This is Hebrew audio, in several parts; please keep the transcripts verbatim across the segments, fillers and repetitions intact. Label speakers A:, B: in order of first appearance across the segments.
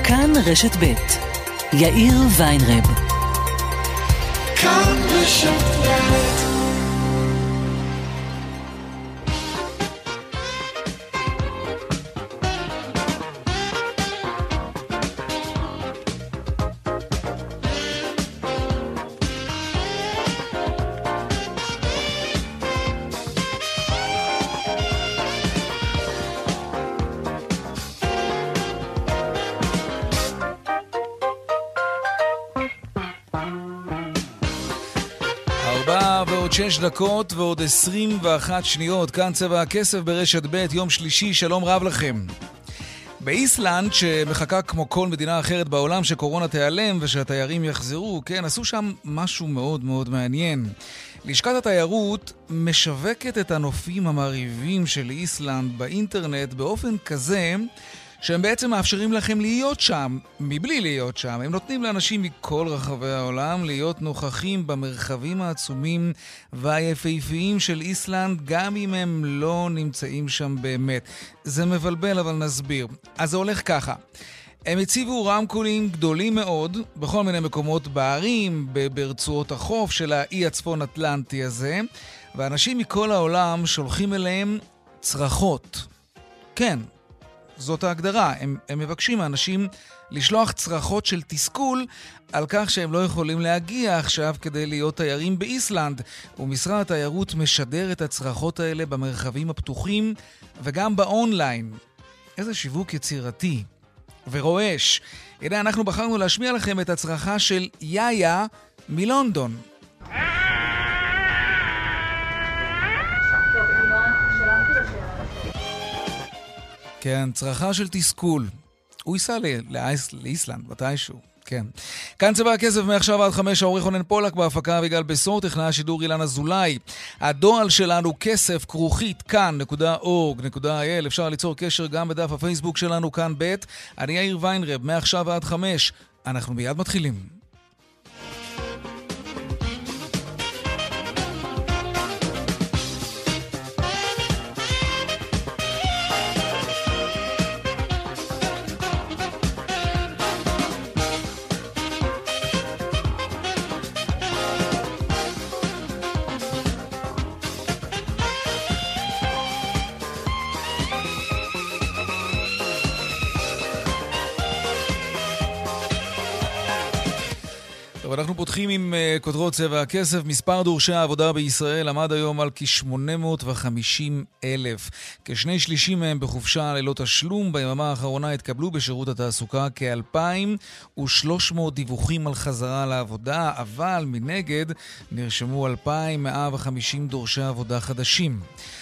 A: כאן רשת ב' יאיר ויינרב. כאן רשת ב'.
B: שש דקות ועוד עשרים ואחת שניות, כאן צבע הכסף ברשת ב' יום שלישי, שלום רב לכם. באיסלנד, שמחכה כמו כל מדינה אחרת בעולם שקורונה תיעלם ושהתיירים יחזרו, כן, עשו שם משהו מאוד מאוד מעניין. לשכת התיירות משווקת את הנופים המרהיבים של איסלנד באינטרנט באופן כזה שהם בעצם מאפשרים לכם להיות שם, מבלי להיות שם. הם נותנים לאנשים מכל רחבי העולם להיות נוכחים במרחבים העצומים והיפהפיים של איסלנד, גם אם הם לא נמצאים שם באמת. זה מבלבל, אבל נסביר. אז זה הולך ככה. הם הציבו רמקולים גדולים מאוד בכל מיני מקומות בערים, ברצועות החוף של האי הצפון אטלנטי הזה, ואנשים מכל העולם שולחים אליהם צרחות. כן, זאת ההגדרה. הם, הם מבקשים האנשים לשלוח צרחות של תסכול על כך שהם לא יכולים להגיע עכשיו כדי להיות תיירים באיסלנד. ומשרד התיירות משדר את הצרחות האלה במרחבים הפתוחים וגם באונליין. איזה שיווק יצירתי ורועש. הנה, אנחנו בחרנו להשמיע לכם את הצרחה של יאיה מלונדון. כן, צרחה של תסכול. הוא ייסע לאיסלנד, מתישהו. כן. כאן צבע הכסף מעכשיו עד חמש, העורך רונן פולק, בהפקה אביגל בסור, טכנאי השידור אילן אזולאי. הדואל שלנו כסף כרוכית כאן נקודה אורג נקודה איי אל. אפשר ליצור קשר גם בדף הפייסבוק שלנו כאן ב'. אני יאיר ויינרב, מעכשיו עד חמש. אנחנו מיד מתחילים. אנחנו פותחים עם uh, כותרות צבע הכסף. מספר דורשי העבודה בישראל עמד היום על כ-שמונה מאות וחמישים אלף. כשני שלישים מהם בחופשה ללא תשלום. ביממה האחרונה התקבלו בשירות התעסוקה כ-אלפיים ושלוש מאות דיווחים על חזרה לעבודה, אבל מנגד נרשמו אלפיים מאה וחמישים דורשי עבודה חדשים.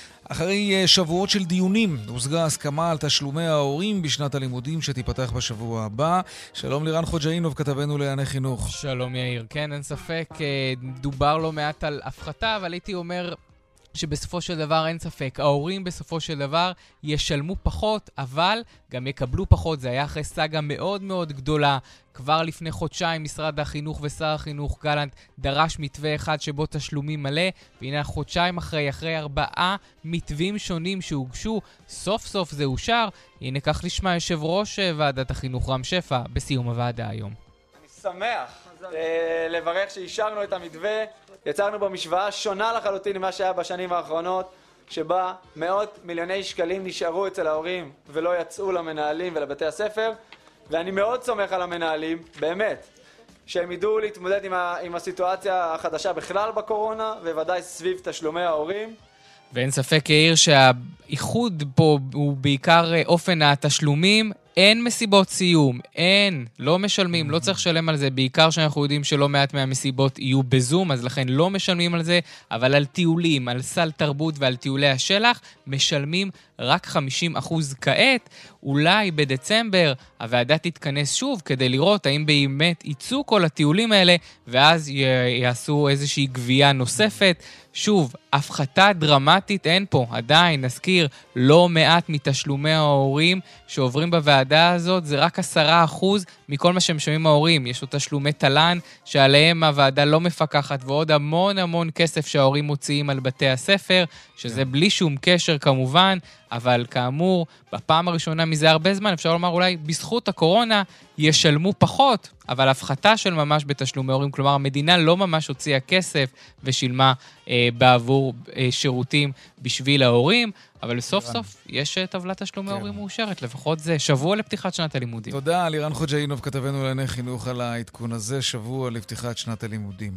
B: אחרי שבועות של דיונים, הושגה הסכמה על תשלומי ההורים בשנת הלימודים שתיפתח בשבוע הבא. שלום לירן חוג'אינוב, כתבנו לענייני חינוך.
C: שלום יאיר, כן, אין ספק, דובר לא מעט על הפחתה, אבל הייתי אומר שבסופו של דבר אין ספק, ההורים בסופו של דבר ישלמו פחות, אבל גם יקבלו פחות. זה היה אחרי סאגה מאוד מאוד גדולה. כבר לפני חודשיים משרד החינוך ושר החינוך גלנט דרש מתווה אחד שבו תשלומים מלא, והנה חודשיים אחרי, אחרי ארבעה מתווים שונים שהוגשו, סוף סוף זה אושר. הנה כך לשמע יושב ראש ועדת החינוך רם שפע בסיום הוועדה היום.
D: אני שמח לברך שאישרנו את המתווה. יצרנו במשוואה שונה לחלוטין ממה שהיה בשנים האחרונות, שבה מאות מיליוני שקלים נשארו אצל ההורים ולא יצאו למנהלים ולבתי הספר. ואני מאוד סומך על המנהלים, באמת, שהם ידעו להתמודד עם, ה- עם הסיטואציה החדשה בכלל בקורונה, ובוודאי סביב תשלומי ההורים.
C: ואין ספק, יאיר, שהאיחוד פה הוא בעיקר אופן התשלומים. אין מסיבות סיום, אין, לא משלמים, לא צריך לשלם על זה, בעיקר שאנחנו יודעים שלא מעט מהמסיבות יהיו בזום, אז לכן לא משלמים על זה, אבל על טיולים, על סל תרבות ועל טיולי השלח, משלמים רק חמישים אחוז כעת. אולי בדצמבר הוועדה תתכנס שוב כדי לראות האם באמת ייצאו כל הטיולים האלה, ואז יעשו איזושהי גבייה נוספת. שוב, הפחתה דרמטית אין פה, עדיין נזכיר, לא מעט מתשלומי ההורים שעוברים בוועדה הזאת, זה רק עשרה אחוז מכל מה שהם שומעים ההורים. יש עוד תשלומי תלן שעליהם הוועדה לא מפקחת, ועוד המון המון כסף שההורים מוציאים על בתי הספר, שזה בלי שום קשר כמובן, אבל כאמור, בפעם הראשונה מזה הרבה זמן, אפשר לומר אולי בזכות הקורונה ישלמו פחות, אבל הפחתה של ממש בתשלומי הורים, כלומר המדינה לא ממש הוציאה כסף ושילמה אה, בעבור אה, שירותים בשביל ההורים, אבל סוף סוף יש טבלת תשלומי הורים מאושרת, לפחות זה שבוע לפתיחת שנת הלימודים.
B: תודה, לירן חוג'אינוב, כתבנו לענייני חינוך על העדכון הזה, שבוע לפתיחת שנת הלימודים.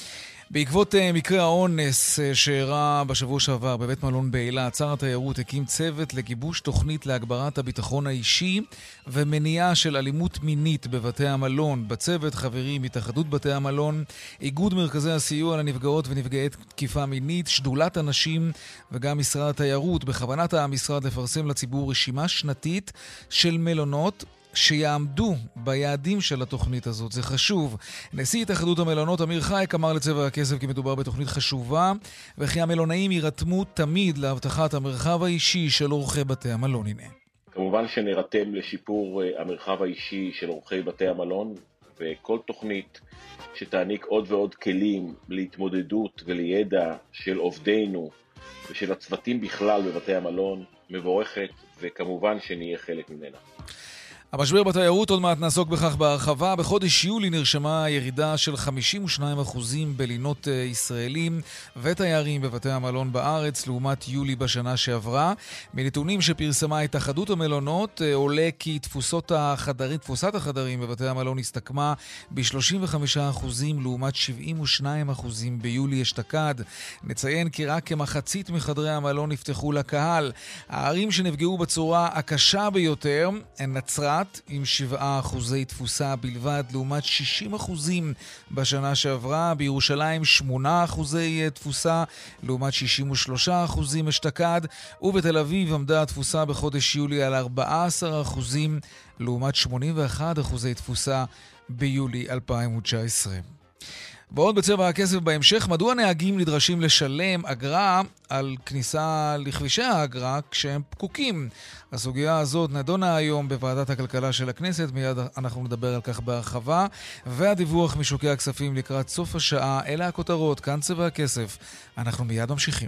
B: בעקבות מקרה האונס שאירע בשבוע שעבר בבית מלון באילת, שר התיירות הקים צוות לגיבוש תוכנית להגברת הביטחון האישי ומניעה של אלימות מינית בבתי המלון. בצוות חברים התאחדות בתי המלון, איגוד מרכזי הסיוע לנפגעות ונפגעי תקיפה מינית, שדולת הנשים וגם משרד התיירות. בכוונת המשרד לפרסם לציבור רשימה שנתית של מלונות שיעמדו ביעדים של התוכנית הזאת. זה חשוב. נשיא התאחדות המלונות אמיר חייק אמר לצבע הכסף כי מדובר בתוכנית חשובה, וכי המלונאים יירתמו תמיד להבטחת המרחב האישי של אורחי בתי המלון. הנה.
E: כמובן שנרתם לשיפור המרחב האישי של אורחי בתי המלון, וכל תוכנית שתעניק עוד ועוד כלים להתמודדות ולידע של עובדינו ושל הצוותים בכלל בבתי המלון מבורכת, וכמובן שנהיה חלק ממנה.
B: המשבר בתיירות, עוד מעט נעסוק בכך בהרחבה. בחודש יולי נרשמה ירידה של חמישים ושניים אחוז בלינות ישראלים ותיירים בבתי המלון בארץ לעומת יולי בשנה שעברה. מנתונים שפרסמה התאחדות המלונות עולה כי תפוסות החדרים, תפוסת החדרים בבתי המלון הסתכמה ב-שלושים וחמישה אחוז לעומת שבעים ושניים אחוז ביולי אשתקד. נציין כי רק כמחצית מחדרי המלון נפתחו לקהל. הערים שנפגעו בצורה הקשה ביותר הן נצרת עם שבעה אחוזי תפוסה בלבד לעומת שישים אחוזים בשנה שעברה, בירושלים שמונה אחוזי תפוסה לעומת שישים ושלושה אחוזים אשתקד, ובתל אביב עמדה התפוסה בחודש יולי על ארבעה עשר אחוזים לעומת שמונים ואחד אחוזי תפוסה ביולי אלפיים תשע עשרה. ועוד בצבע הכסף בהמשך, מדוע נהגים נדרשים לשלם אגרה על כניסה לכבישי האגרה כשהם פקוקים? הסוגיה הזאת נדונה היום בוועדת הכלכלה של הכנסת, מיד אנחנו נדבר על כך בהרחבה, והדיווח משוקי הכספים לקראת סוף השעה. אלה הכותרות, כאן צבע הכסף. אנחנו מיד ממשיכים.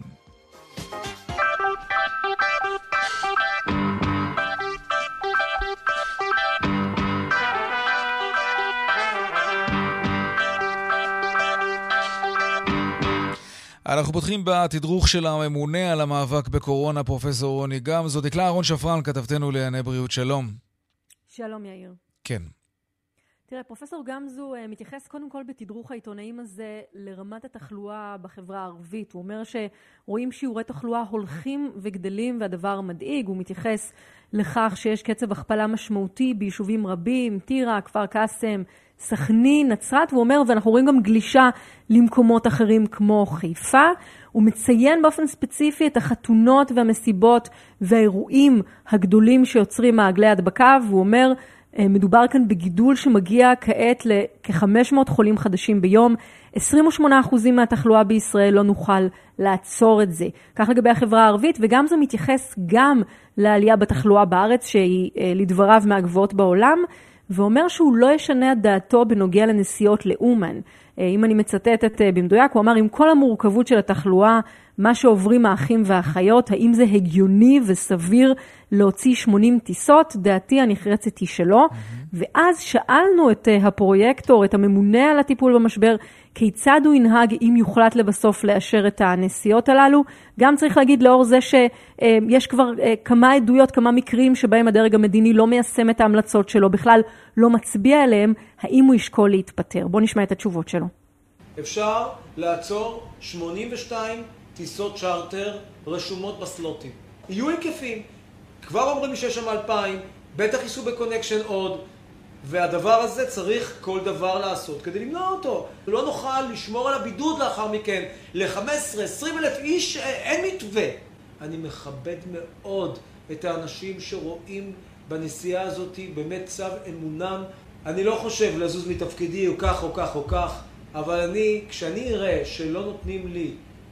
B: אנחנו פותחים בתדרוך של הממונה על המאבק בקורונה, פרופסור רוני גמזו. דקלה אהרון שפרן, כתבתנו לענייני בריאות, שלום.
F: שלום יאיר.
B: כן.
F: תראה, פרופסור גמזו מתייחס קודם כל בתדרוך העיתונאים הזה לרמת התחלואה בחברה הערבית. הוא אומר שרואים שיעורי תחלואה הולכים וגדלים והדבר מדאיג. הוא מתייחס לכך שיש קצב הכפלה משמעותי ביישובים רבים, טירה, כפר קאסם, סכנין, נצרת, והוא אומר, ואנחנו רואים גם גלישה למקומות אחרים כמו חיפה. הוא מציין באופן ספציפי את החתונות והמסיבות והאירועים הגדולים שיוצרים מעגלי הדבקה, והוא אומר, מדובר כאן בגידול שמגיע כעת לכ-חמש מאות חולים חדשים ביום. עשרים ושמונה אחוז מהתחלואה בישראל לא נוכל לעצור את זה. כך לגבי החברה הערבית, וגם זה מתייחס גם לעלייה בתחלואה בארץ, שהיא לדבריו מהגבוהות בעולם, ואומר שהוא לא ישנה את דעתו בנוגע לנסיעות לאומן. אם אני מצטטת במדויק, הוא אמר, עם כל המורכבות של התחלואה, מה שעוברים האחים והאחיות, האם זה הגיוני וסביר להוציא שמונים טיסות? דעתי הנחרצת היא שלא. Mm-hmm. ואז שאלנו את הפרויקטור, את הממונה על הטיפול במשבר, כיצד הוא ינהג אם יוחלט לבסוף לאשר את הנסיעות הללו. גם צריך להגיד לאור זה שיש כבר כמה עדויות, כמה מקרים שבהם הדרג המדיני לא מיישם את ההמלצות שלו, בכלל לא מצביע עליהם, האם הוא ישקול להתפטר. בואו נשמע את התשובות שלו.
G: אפשר לעצור שמונים ושתיים טיסות צ'ארטר רשומות בסלוטים. יהיו היקפים. כבר אומרים לי שיש שם אלפיים, בטח ייסעו בקונקשן עוד, והדבר הזה צריך כל דבר לעשות כדי למנוע אותו. לא נוכל לשמור על הבידוד לאחר מכן. ל-חמש עשרה עשרים אלף איש אין מתווה. אני מכבד מאוד את האנשים שרואים בנסיעה הזאת באמת צו אמונם. אני לא חושב לזוז מתפקידי או כך או כך או כך, אבל אני, כשאני אראה שלא נותנים לי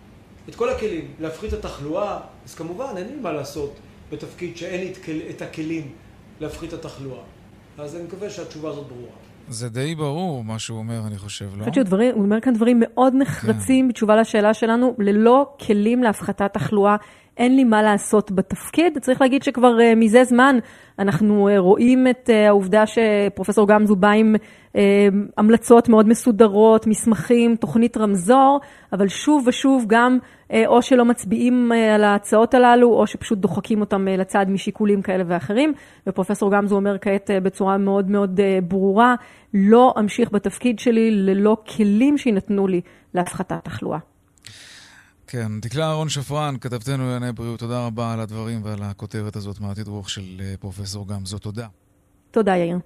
G: את כל הכלים להפחית את התחלואה, אז כמובן אין לי מה לעשות בתפקיד שאין לי את הכלים להפחית את התחלואה. אז אני מקווה שהתשובה הזאת ברורה.
B: זה די ברור מה שהוא אומר, אני חושב, לא?
F: דברים, הוא אומר כאן דברים מאוד נחרצים כן. בתשובה לשאלה שלנו, ללא כלים להפחתת תחלואה אין לי מה לעשות בתפקיד. צריך להגיד שכבר uh, מזה זמן אנחנו uh, רואים את uh, העובדה שפרופסור גמזו בא עם uh, המלצות מאוד מסודרות, מסמכים, תוכנית רמזור, אבל שוב ושוב גם uh, או שלא מצביעים uh, על ההצעות הללו, או שפשוט דוחקים אותם uh, לצד משיקולים כאלה ואחרים. ופרופסור גמזו אומר כעת uh, בצורה מאוד מאוד uh, ברורה, לא אמשיך בתפקיד שלי ללא כלים שינתנו לי להפחתת תחלואה.
B: כן, דקלה אהרון שפרן, כתבתנו לענייני בריאות, תודה רבה על הדברים ועל הכותרת הזאת מהתדרוך של פרופסור גמזו. תודה.
F: תודה, יאיר.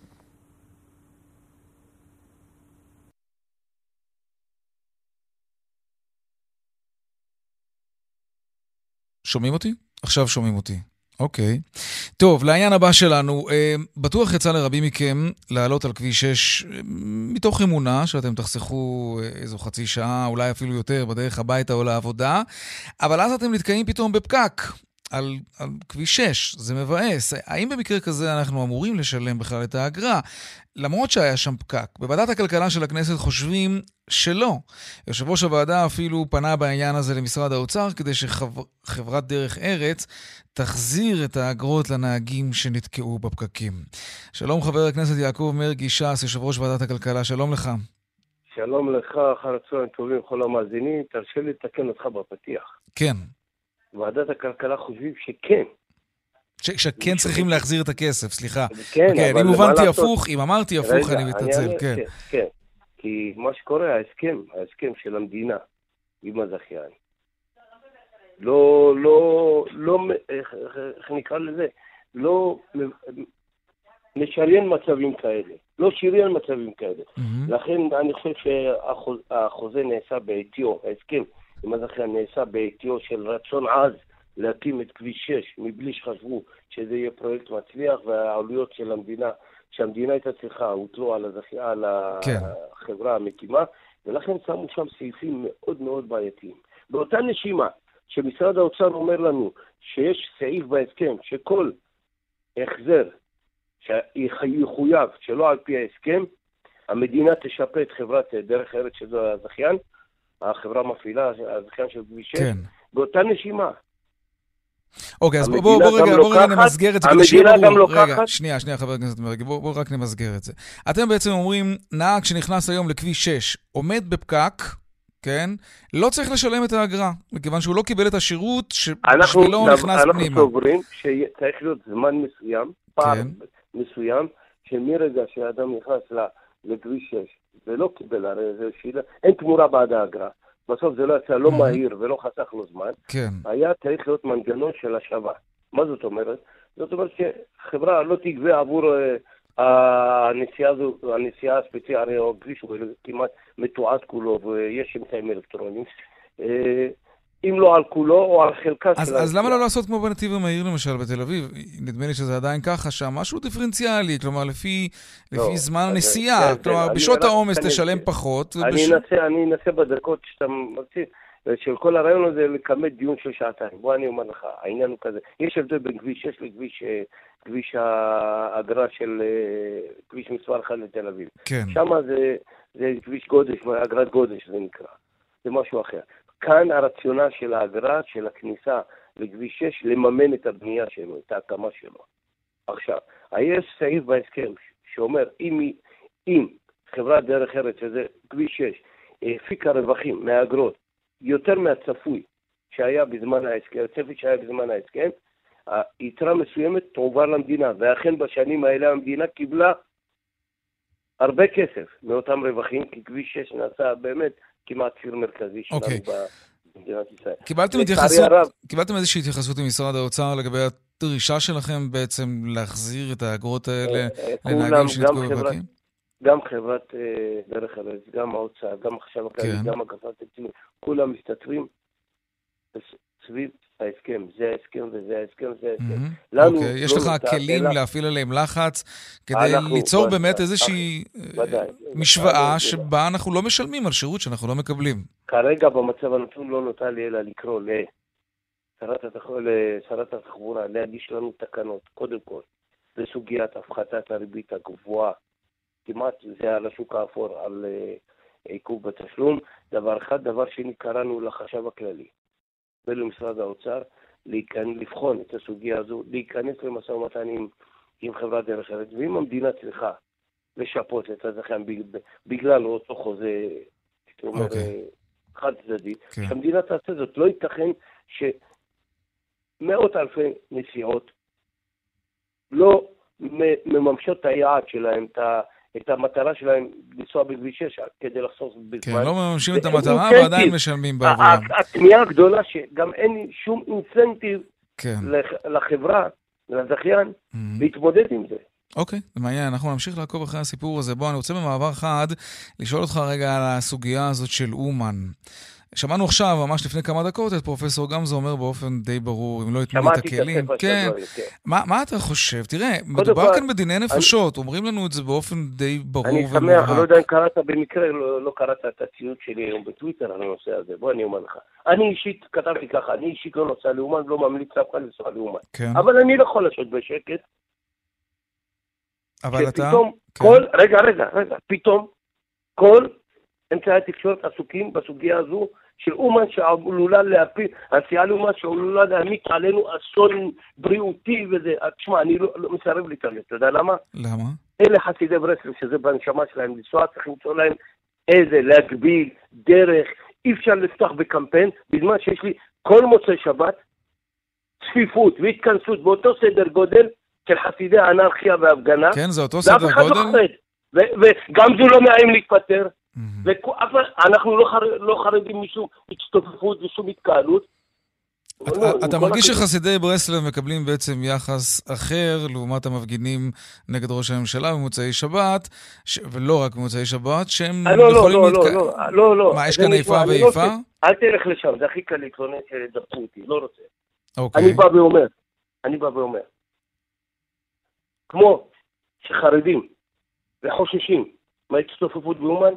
B: שומעים אותי? עכשיו שומעים אותי. אוקיי. טוב, לעניין הבא שלנו, בטוח יצא לרבים מכם לעלות על כביש שש מתוך אמונה שאתם תחסכו איזו חצי שעה, אולי אפילו יותר, בדרך הביתה או לעבודה, אבל אז אתם נתקעים פתאום בפקק על, על כביש שש. זה מבאס. האם במקרה כזה אנחנו אמורים לשלם בכלל את האגרה? למרות שהיה שם פקק. בוועדת הכלכלה של הכנסת חושבים שלא. יושב ראש הוועדה אפילו פנה בעניין הזה למשרד האוצר, כדי שחברת דרך ארץ תחזיר את האגרות לנהגים שנתקעו בפקקים. שלום חבר הכנסת יעקב מרגי ש"ס, יושב ראש ועדת הכלכלה, שלום לך.
H: שלום לך, אחר הצהריים טובים כל המאזינים, תרשה לי לתקן אותך בפתיח.
B: כן.
H: ועדת הכלכלה חושבים שכן.
B: ש- שכן צריכים להחזיר את הכסף, סליחה.
H: כן,
B: okay,
H: אבל
B: אם הובנתי
H: לעשות...
B: הפוך, אם אמרתי הפוך,
H: רגע,
B: אני מתנצל,
H: אני...
B: כן.
H: כן. כן, כי מה שקורה, ההסכם, ההסכם של המדינה עם הזכיין, לא, לא, לא, איך, איך נקרא לזה, לא משריין מצבים כאלה, לא שריין מצבים כאלה. Mm-hmm. לכן אני חושב שהחוזה נעשה בעטיו, ההסכם עם הזכיין נעשה בעטיו של רצון עז, להקים את כביש שש, מבלי שחשבו שזה יהיה פרויקט מצליח, והעלויות של המדינה, שהמדינה הייתה צריכה, הוטלו על, הזכ... על כן. החברה המקימה, ולכן שמו שם סעיפים מאוד מאוד בעייתיים. באותה נשימה, שמשרד האוצר אומר לנו שיש סעיף בהסכם, שכל החזר שיחויב שלא על פי ההסכם, המדינה תשפה את חברת דרך ארץ שזו הזכיין, החברה מפעילה, הזכיין של כביש שש, כן. באותה נשימה.
B: אוקיי, אז בואו רגע, בואו רגע נמסגר את זה.
H: המדינה גם לוקחת.
B: רגע, שנייה, שנייה, חבר הכנסת מרגי, בואו רק נמסגר את זה. אתם בעצם אומרים, נהג שנכנס היום לכביש שש, עומד בפקק, כן? לא צריך לשלם את האגרה, מכיוון שהוא לא קיבל את השירות שבשבילו הוא נכנס פנימה.
H: אנחנו סוברים שצריך להיות זמן מסוים, פער מסוים, שמרגע שהאדם נכנס לכביש שש, ולא קיבל, הרי זה שאלה, אין תמורה בעד האגרה. בסוף זה לא יצא לא מהיר ולא חסך לו זמן.
B: כן.
H: היה צריך להיות מנגנון של השווה. מה זאת אומרת? זאת אומרת שחברה לא תגבה עבור הנסיעה הזו, הנסיעה הספציפית, הרי הכביש הוא כמעט מתועד כולו ויש אמצעים אלקטרונים. אם לא על כולו או על חלקה
B: אז, של... אז למה לא לעשות כמו בנתיב המהיר למשל בתל אביב? נדמה לי שזה עדיין ככה שם, משהו דיפרנציאלי, כלומר לפי, לא, לפי זמן הנסיעה, כן, כלומר כן, בשעות העומס תשלם אני, פחות. אני, ובש... אנסה,
H: אני אנסה בדקות שאתה מרצים, של כל הרעיון הזה לקמת דיון של שעתיים. בוא אני אומר לך, העניין הוא כזה, יש הבדל בין כביש שש לכביש כביש האגרה של כביש מספר אחד לתל אביב.
B: כן.
H: שם זה, זה כביש גודש, אגרת גודש זה נקרא, זה משהו אחר. כאן הרציונל של האגרה, של הכניסה לכביש שש, לממן את הבנייה שלו, את ההקמה שלו. עכשיו, יש סעיף בהסכם שאומר, אם, אם חברת דרך ארץ, שזה כביש שש, הפיקה רווחים מהאגרות, יותר מהצפוי שהיה בזמן ההסכם, הצפי שהיה בזמן ההסכם, היתרה מסוימת תועבר למדינה, ואכן בשנים האלה המדינה קיבלה הרבה כסף מאותם רווחים, כי כביש שש נעשה באמת כמעט ציר מרכזי שלנו okay. במדינת ישראל.
B: קיבלתם התייחסות, הרב... קיבלתם איזושהי התייחסות ממשרד האוצר לגבי הדרישה שלכם בעצם להחזיר את האגרות האלה לנהגים שנתקעו בפקקים?
H: גם חברת דרך ארץ, גם האוצר, גם החשב הכללי, כן. גם אגף התקציבים, כולם מסתתרים סביב ההסכם, זה ההסכם וזה ההסכם, זה ההסכם.
B: לנו אוקיי, יש לך כלים להפעיל עליהם לחץ, כדי ליצור באמת איזושהי משוואה שבה אנחנו לא משלמים על שירות שאנחנו לא מקבלים.
H: כרגע במצב הנתון לא נותר לי אלא לקרוא לשרת התחבורה, להגיש לנו תקנות, קודם כל, בסוגיית הפחתת הריבית הגבוהה, כמעט זה על השוק האפור, על עיכוב בתשלום. דבר אחד, דבר שני, קראנו לחשב הכללי ולמשרד האוצר, לבחון את הסוגיה הזו, להיכנס למשא ומתן עם, עם חברת דרך ארץ, ואם המדינה צריכה לשפות את הזכיין בגלל אותו חוזה, זאת אומרת, okay. חד צדדי, okay. שהמדינה תעשה זאת. לא ייתכן שמאות אלפי נסיעות לא מממשות את היעד שלהם, את ה... את המטרה שלהם לנסוע בכביש שש כדי לחסוך בזמן.
B: כן, לא מממשים את המטרה ועדיין משלמים בעבורם.
H: התמיהה הגדולה שגם אין שום אינסנטיב לחברה, לזכיין, להתמודד עם זה.
B: אוקיי, זה מעניין, אנחנו נמשיך לעקוב אחרי הסיפור הזה. בוא, אני רוצה במעבר חד לשאול אותך רגע על הסוגיה הזאת של אומן. שמענו עכשיו, ממש לפני כמה דקות, את פרופסור גמזו אומר באופן די ברור, אם לא יתנו לי את הכלים. כן. מה, מה אתה חושב? תראה, מדובר כאן בדיני נפשות, אומרים לנו את זה באופן די ברור ומובהק.
H: אני שמח, אני לא יודע אם קראת במקרה, לא, לא קראת את הציוד שלי היום בטוויטר על הנושא הזה. בוא אני אומר לך. אני אישית, כתבתי ככה, אני אישית לא נוסע לאומן, לא ממליץ לאף אחד לנסוע לאומן.
B: כן.
H: אבל אני לא יכול לשבת בשקט.
B: אבל אתה...
H: כל, רגע, רגע, רגע, פתאום כל אמצעי התקשורת עסוקים בסוגיה הזו של אומן שעלולה להפיל, הנסיעה לאומן שעלולה להמיט עלינו אסון בריאותי וזה. תשמע, אני לא, לא מסרב להתערב, אתה יודע למה?
B: למה?
H: אלה חסידי ברסלב שזה בנשמה שלהם, לנסוע צריך למצוא להם איזה, להגביל, דרך, אי אפשר לפתוח בקמפיין, בזמן שיש לי כל מוצאי שבת, צפיפות והתכנסות באותו סדר גודל, של חסידי האנרכיה וההפגנה.
B: כן, זה אותו סדר גודל.
H: וגם זו לא מאיים להתפטר. אנחנו לא חרדים משום הצטופפות ושום התקהלות.
B: אתה מרגיש שחסידי ברסלב מקבלים בעצם יחס אחר לעומת המפגינים נגד ראש הממשלה במוצאי שבת, ולא רק במוצאי שבת, שהם יכולים להתקהל.
H: לא, לא.
B: מה, יש כאן איפה ואיפה?
H: אל תלך לשם, זה הכי קל להתלונן שדפקו אותי, לא רוצה. אני בא ואומר, אני בא ואומר. כמו שחרדים וחוששים מההצטופפות באומן,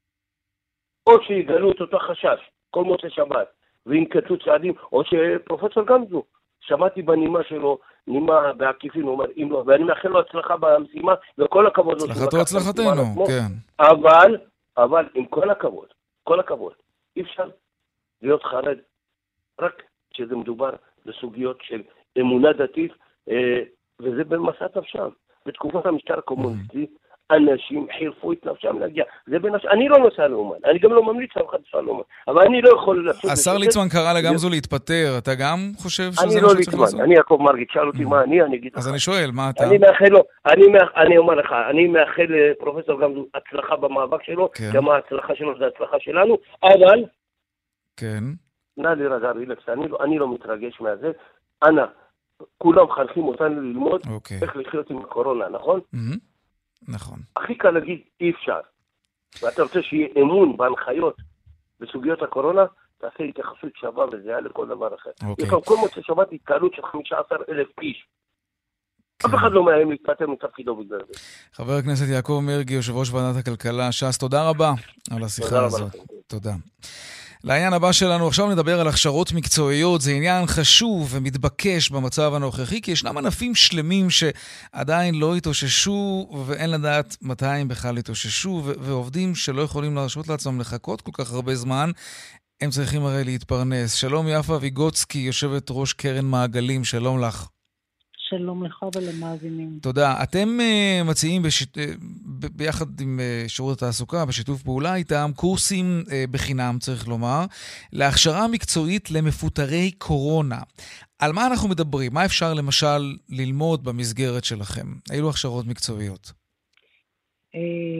H: או שיגלו את אותו חשש כל מוצאי שבת וינקטו צעדים, או שפרופסור גמזו, שמעתי בנימה שלו, נימה בעקיפין, הוא אומר, אם לא, ואני מאחל לו הצלחה במשימה, וכל הכבוד.
B: הצלחתו הצלחתנו, כן.
H: אבל, אבל עם כל הכבוד, כל הכבוד, אי אפשר להיות חרד, רק כשזה מדובר בסוגיות של אמונה דתית, וזה במסעת נפשם. בתקופת המשטר הקומוניסטי, אנשים חירפו את נפשם להגיע. זה בנפש... אני לא נוסע לאומן, אני גם לא ממליץ על אחד נוסע לאומן, אבל אני לא יכול לעשות...
B: השר ליצמן קרא לגמזו להתפטר, אתה גם חושב שזה
H: אני לא ליצמן, אני יעקב מרגי, תשאל אותי מה אני, אני אגיד לך.
B: אז אני שואל, מה אתה?
H: אני מאחל לו, אני אומר לך, אני מאחל לפרופסור גמזו הצלחה במאבק שלו, גם ההצלחה שלו זה הצלחה שלנו, אבל...
B: כן.
H: נא להירגע, רילקס, אני לא מתרגש מהזה, אנא, כולם חנכים אותנו ללמוד איך לחיות עם הקורונה, נכון?
B: נכון.
H: הכי קל להגיד, אי אפשר. ואתה רוצה שיהיה אמון בהנחיות בסוגיות הקורונה, תעשה התייחסות שווה וזהה לכל דבר אחר. יש לנו כל מוצא שבת התקהלות של חמישה עשר אלף איש. אף אחד לא מאיים להתפטר מתפקידו בגלל זה.
B: חבר הכנסת יעקב מרגי, יושב ראש ועדת הכלכלה, ש"ס, תודה רבה על השיחה הזאת. תודה. לעניין הבא שלנו, עכשיו נדבר על הכשרות מקצועיות. זה עניין חשוב ומתבקש במצב הנוכחי, כי ישנם ענפים שלמים שעדיין לא התאוששו, ואין לדעת מתי הם בכלל התאוששו, ועובדים שלא יכולים להרשות לעצמם לחכות כל כך הרבה זמן, הם צריכים הרי להתפרנס. שלום יפה ויגוצקי, יושבת ראש קרן מעגלים, שלום לך.
I: שלום לך ולמאזינים.
B: תודה. אתם uh, מציעים בשיט... ב- ביחד עם uh, שירות התעסוקה, בשיתוף פעולה איתם, קורסים uh, בחינם, צריך לומר, להכשרה מקצועית למפוטרי קורונה. על מה אנחנו מדברים? מה אפשר למשל ללמוד במסגרת שלכם? אילו הכשרות מקצועיות?
I: Uh,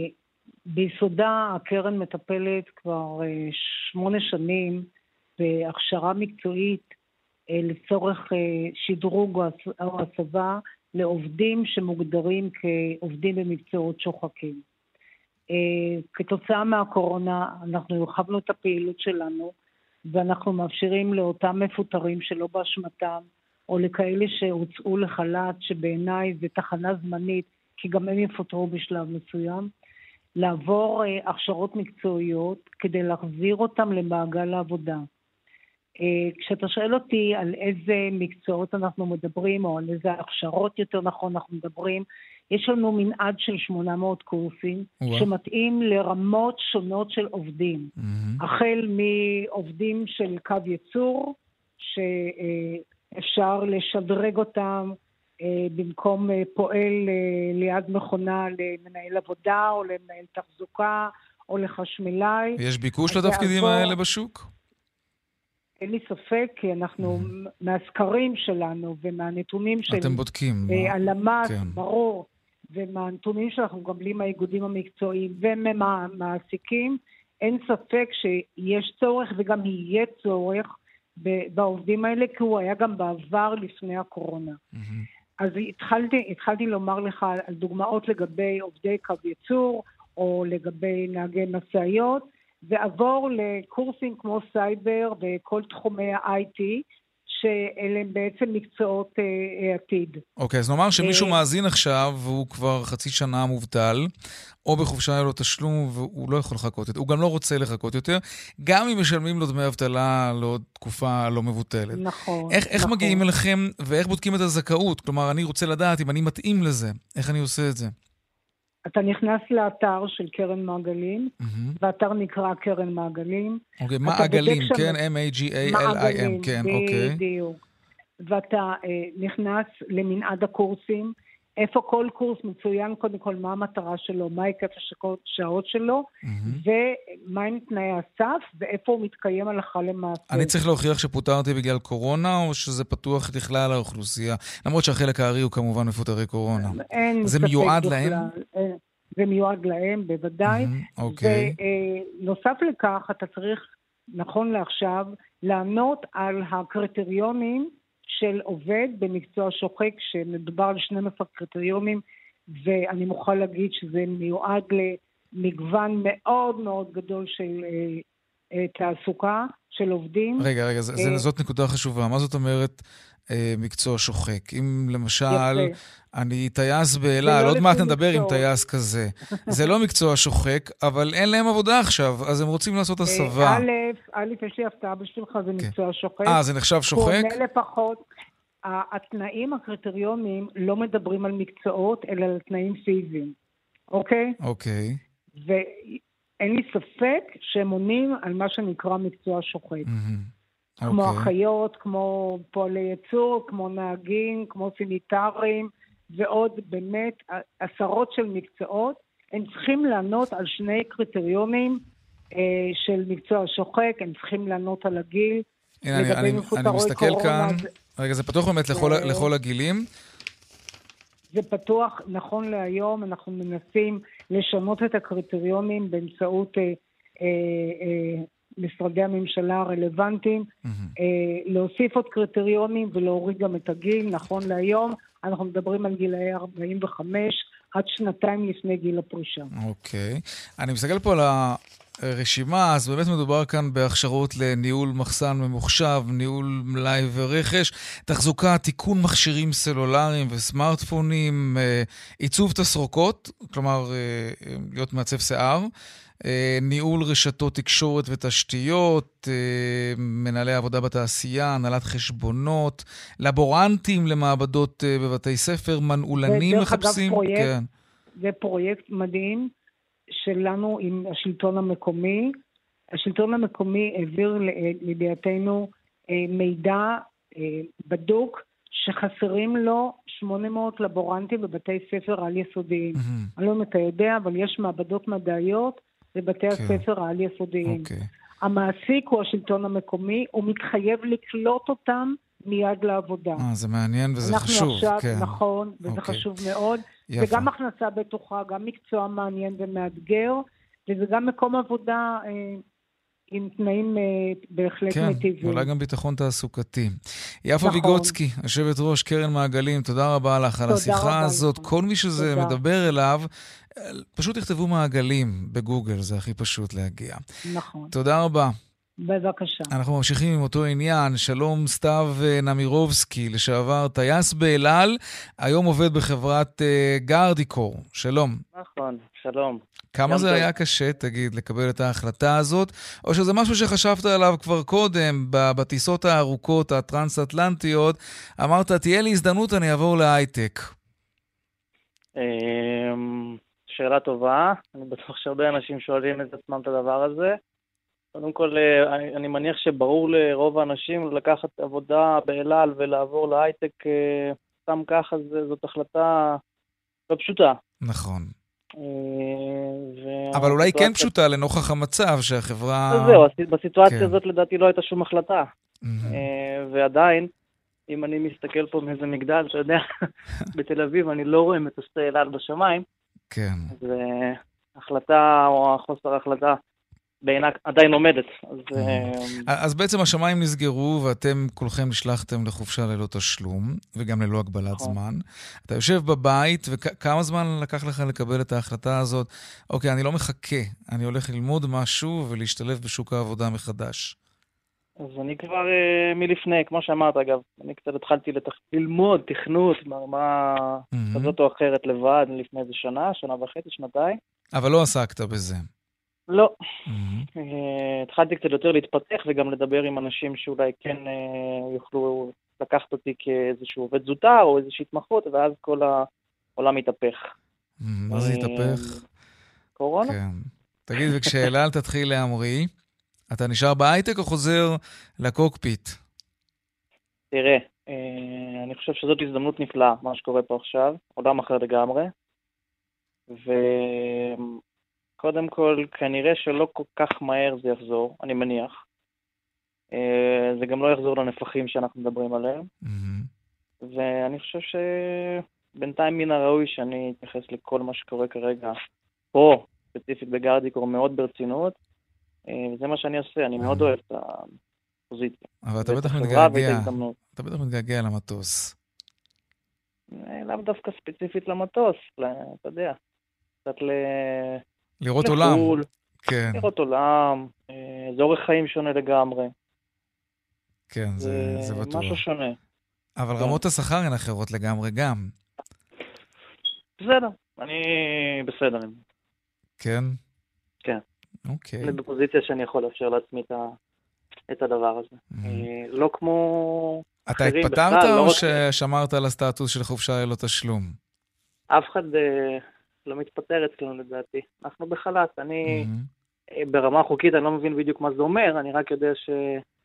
I: ביסודה הקרן מטפלת כבר uh, שמונה שנים בהכשרה מקצועית לצורך שדרוג או הסבה לעובדים שמוגדרים כעובדים במקצועות שוחקים. כתוצאה מהקורונה אנחנו הרחבנו את הפעילות שלנו, ואנחנו מאפשרים לאותם מפוטרים שלא באשמתם, או לכאלה שהוצאו לחל"ת, שבעיניי זה תחנה זמנית, כי גם הם יפוטרו בשלב מסוים, לעבור הכשרות מקצועיות כדי להחזיר אותם למעגל העבודה. כשאתה שואל אותי על איזה מקצועות אנחנו מדברים, או על איזה הכשרות יותר נכון אנחנו מדברים, יש לנו מנעד של שמונה מאות קורסים, ווא. שמתאים לרמות שונות של עובדים. Mm-hmm. החל מעובדים של קו ייצור, אפשר לשדרג אותם, במקום פועל ליד מכונה למנהל עבודה או למנהל תחזוקה או לחשמלאי.
B: יש ביקוש לתפקידים האלה בשוק?
I: אין לי ספק, כי אנחנו מהסקרים שלנו ומהנתונים של...
B: אתם בודקים.
I: הלמ"ס, ברור, ומהנתונים שאנחנו מקבלים מהאיגודים המקצועיים ומהמעסיקים, אין ספק שיש צורך וגם יהיה צורך בעובדים האלה, כי הוא היה גם בעבר לפני הקורונה. אז התחלתי, התחלתי לומר לך על דוגמאות לגבי עובדי קו ייצור, או לגבי נהגי משאיות, ועבור לקורסים כמו סייבר וכל תחומי ה-איי טי, שאלה הם בעצם מקצועות אה, עתיד.
B: אוקיי, אז נאמר שמישהו מאזין עכשיו, והוא כבר חצי שנה מובטל, או בחופשה היה לו תשלום, והוא לא יכול לחכות יותר, הוא גם לא רוצה לחכות יותר, גם אם משלמים לו דמי אבטלה לעוד תקופה לא מבוטלת.
I: נכון.
B: איך, איך
I: נכון.
B: מגיעים אליכם, ואיך בודקים את הזכאות? כלומר, אני רוצה לדעת אם אני מתאים לזה. איך אני עושה את זה?
I: אתה נכנס לאתר של קרן מעגלים, והאתר נקרא קרן מעגלים.
B: אוקיי, מעגלים, כן, M-A-G-A-L-I-M, כן, אוקיי.
I: בדיוק. ואתה נכנס למנעד הקורסים, איפה כל קורס מצוין, קודם כל מה המטרה שלו, מה היקף השעות שלו, ומה הם תנאי הסף, ואיפה הוא מתקיים הלכה למעשה.
B: אני צריך להוכיח שפוטרתי בגלל קורונה, או שזה פתוח לכלל האוכלוסייה? למרות שהחלק הארי הוא כמובן מפוטרי קורונה. זה מיועד להם?
I: זה מיועד להם, בוודאי. ונוסף לכך, אתה צריך, נכון לעכשיו, לענות על הקריטריונים של עובד במקצוע שוחק, שמדובר על שנים עשר קריטריונים, ואני מוכרחה להגיד שזה מיועד למגוון מאוד מאוד גדול של אה, אה, תעסוקה, של עובדים.
B: רגע, רגע, זה, אה, זאת נקודה חשובה. מה זאת אומרת אה, מקצוע שוחק? אם למשל, יפה. אני טייס באלעל, עוד מעט נדבר עם טייס כזה. זה לא מקצוע שוחק, אבל אין להם עבודה עכשיו, אז הם רוצים לעשות הסבה.
I: א', א', יש לי הפתעה בשבילך, זה מקצוע שוחק.
B: אה, זה נחשב שוחק?
I: הוא עונה לפחות. התנאים, הקריטריונים, לא מדברים על מקצועות, אלא על תנאים פיזיים. אוקיי?
B: אוקיי.
I: ואין לי ספק שהם עונים על מה שנקרא מקצוע שוחק. כמו אחיות, כמו פועלי ייצור, כמו נהגים, כמו סניטרים, ועוד באמת עשרות של מקצועות. הם צריכים לענות על שני קריטריונים אה, של מקצוע שוחק, הם צריכים לענות על הגיל.
B: הנה, אני, אני, אני מסתכל כאן. רגע, זה פתוח באמת לכל, לכל הגילים?
I: זה פתוח, נכון להיום, אנחנו מנסים לשנות את הקריטריונים באמצעות אה, אה, אה, משרדי הממשלה הרלוונטיים, mm-hmm. אה, להוסיף עוד קריטריונים ולהוריד גם את הגיל, נכון להיום, אנחנו מדברים על גילאי ארבעים וחמש, עד שנתיים לפני גיל הפרישה.
B: אוקיי. אני מסתכל פה על הרשימה, אז באמת מדובר כאן בהכשרות לניהול מחסן ממוחשב, ניהול מלאי ורכש, תחזוקה, תיקון מכשירים סלולריים וסמארטפונים, עיצוב תסרוקות, כלומר להיות מעצב שיער, ניהול רשתות תקשורת ותשתיות, מנהלי עבודה בתעשייה, הנהלת חשבונות, לבורנטים למעבדות בבתי ספר, מנעולנים מחפשים.
I: אגב, פרויקט, כן. זה פרויקט מדהים שלנו עם השלטון המקומי. השלטון המקומי העביר לידיעתנו מידע בדוק שחסרים לו שמונה מאות לבורנטים בבתי ספר על יסודיים. Mm-hmm. אני לא יודעת, אתה יודע, אבל יש מעבדות מדעיות בבתי okay. הספר העל יסודיים. Okay. המעסיק הוא השלטון המקומי, הוא מתחייב לקלוט אותם מיד לעבודה.
B: אה, זה מעניין וזה
I: אנחנו
B: חשוב.
I: עכשיו,
B: כן.
I: נכון, וזה okay. חשוב מאוד. יפה. זה גם הכנסה בטוחה, גם מקצוע מעניין ומאתגר, וזה גם מקום עבודה אה, עם תנאים אה, בהחלט
B: כן,
I: מטיבים.
B: כן, ואולי גם ביטחון תעסוקתי. יפה נכון. ויגוצקי, יושבת ראש קרן מעגלים, תודה רבה לך על השיחה הזאת. לך. כל מי שזה תודה. מדבר אליו, פשוט תכתבו מעגלים בגוגל, זה הכי פשוט להגיע.
I: נכון.
B: תודה רבה.
I: בבקשה.
B: אנחנו ממשיכים עם אותו עניין. שלום סתיו נמירובסקי, לשעבר טייס באלעל, היום עובד בחברת uh, גרדיקור. שלום.
J: נכון, שלום.
B: כמה זה טוב. היה קשה, תגיד, לקבל את ההחלטה הזאת, או שזה משהו שחשבת עליו כבר קודם, בטיסות הארוכות, הטרנס-אטלנטיות, אמרת, תהיה לי הזדמנות, אני אעבור להייטק.
J: שאלה טובה, אני בטוח שהרבה אנשים שואלים את עצמם את הדבר הזה. קודם כל, אני, אני מניח שברור לרוב האנשים לקחת עבודה באלעל ולעבור להייטק סתם ככה, זאת החלטה לא פשוטה.
B: נכון. אבל אולי כן פשוטה לנוכח המצב שהחברה...
J: זהו, בסיטואציה הזאת לדעתי לא הייתה שום החלטה. ועדיין, אם אני מסתכל פה מאיזה מגדל, אתה יודע, בתל אביב, אני לא רואה מטוסי אלעל בשמיים.
B: כן.
J: אז החלטה או חוסר ההחלטה בעינה עדיין עומדת. אז,
B: אז בעצם השמיים נסגרו ואתם כולכם נשלחתם לחופשה ללא תשלום וגם ללא הגבלת זמן. אתה יושב בבית וכמה זמן לקח לך לקבל את ההחלטה הזאת? אוקיי, אני לא מחכה, אני הולך ללמוד משהו ולהשתלב בשוק העבודה מחדש.
J: אז אני כבר מלפני, כמו שאמרת אגב, אני קצת התחלתי ללמוד תכנות, מה כזאת או אחרת לבד לפני איזה שנה, שנה וחצי, שנתיים.
B: אבל לא עסקת בזה.
J: לא. התחלתי קצת יותר להתפתח וגם לדבר עם אנשים שאולי כן יוכלו לקחת אותי כאיזשהו עובד זוטר או איזושהי התמחות, ואז כל העולם מתהפך.
B: מה זה התהפך?
J: קורונה.
B: כן. תגיד, וכשאלעל תתחיל להמריא, אתה נשאר בהייטק או חוזר לקוקפיט?
J: תראה, אני חושב שזאת הזדמנות נפלאה, מה שקורה פה עכשיו, עולם אחר לגמרי, וקודם כל, כנראה שלא כל כך מהר זה יחזור, אני מניח. זה גם לא יחזור לנפחים שאנחנו מדברים עליהם, ואני חושב שבינתיים מן הראוי שאני אתייחס לכל מה שקורה כרגע, פה, ספציפית בגרדיקור, מאוד ברצינות, וזה מה שאני עושה, אני מאוד אוהב את הפוזיציה.
B: אבל אתה בטח מתגעגע, אתה בטח מתגעגע למטוס.
J: לאו דווקא ספציפית למטוס, אתה יודע, קצת ל...
B: לראות עולם.
J: כן. לראות עולם, זה אורח חיים שונה לגמרי.
B: כן, זה בטוח.
J: משהו שונה.
B: אבל רמות השכר הן אחרות לגמרי גם.
J: בסדר, אני בסדר.
B: כן?
J: כן.
B: אוקיי.
J: אני בפוזיציה שאני יכול לאפשר לעצמי את הדבר הזה. לא כמו...
B: אתה התפטרת או ששמרת על הסטטוס של חופשה ללא תשלום?
J: אף אחד לא מתפטר אצלנו לדעתי. אנחנו בחל"ת. אני ברמה חוקית, אני לא מבין בדיוק מה זה אומר, אני רק יודע ש...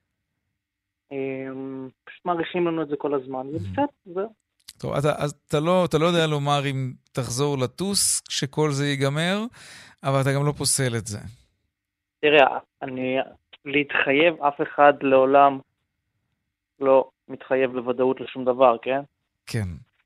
J: פשוט מעריכים לנו את זה כל הזמן. זה בסדר, זהו.
B: טוב, אז אתה לא, אתה לא יודע לומר אם תחזור לטוס כשכל זה ייגמר, אבל אתה גם לא פוסל את זה.
J: תראה, אני להתחייב, אף אחד לעולם לא מתחייב לוודאות לשום דבר, כן?
B: כן.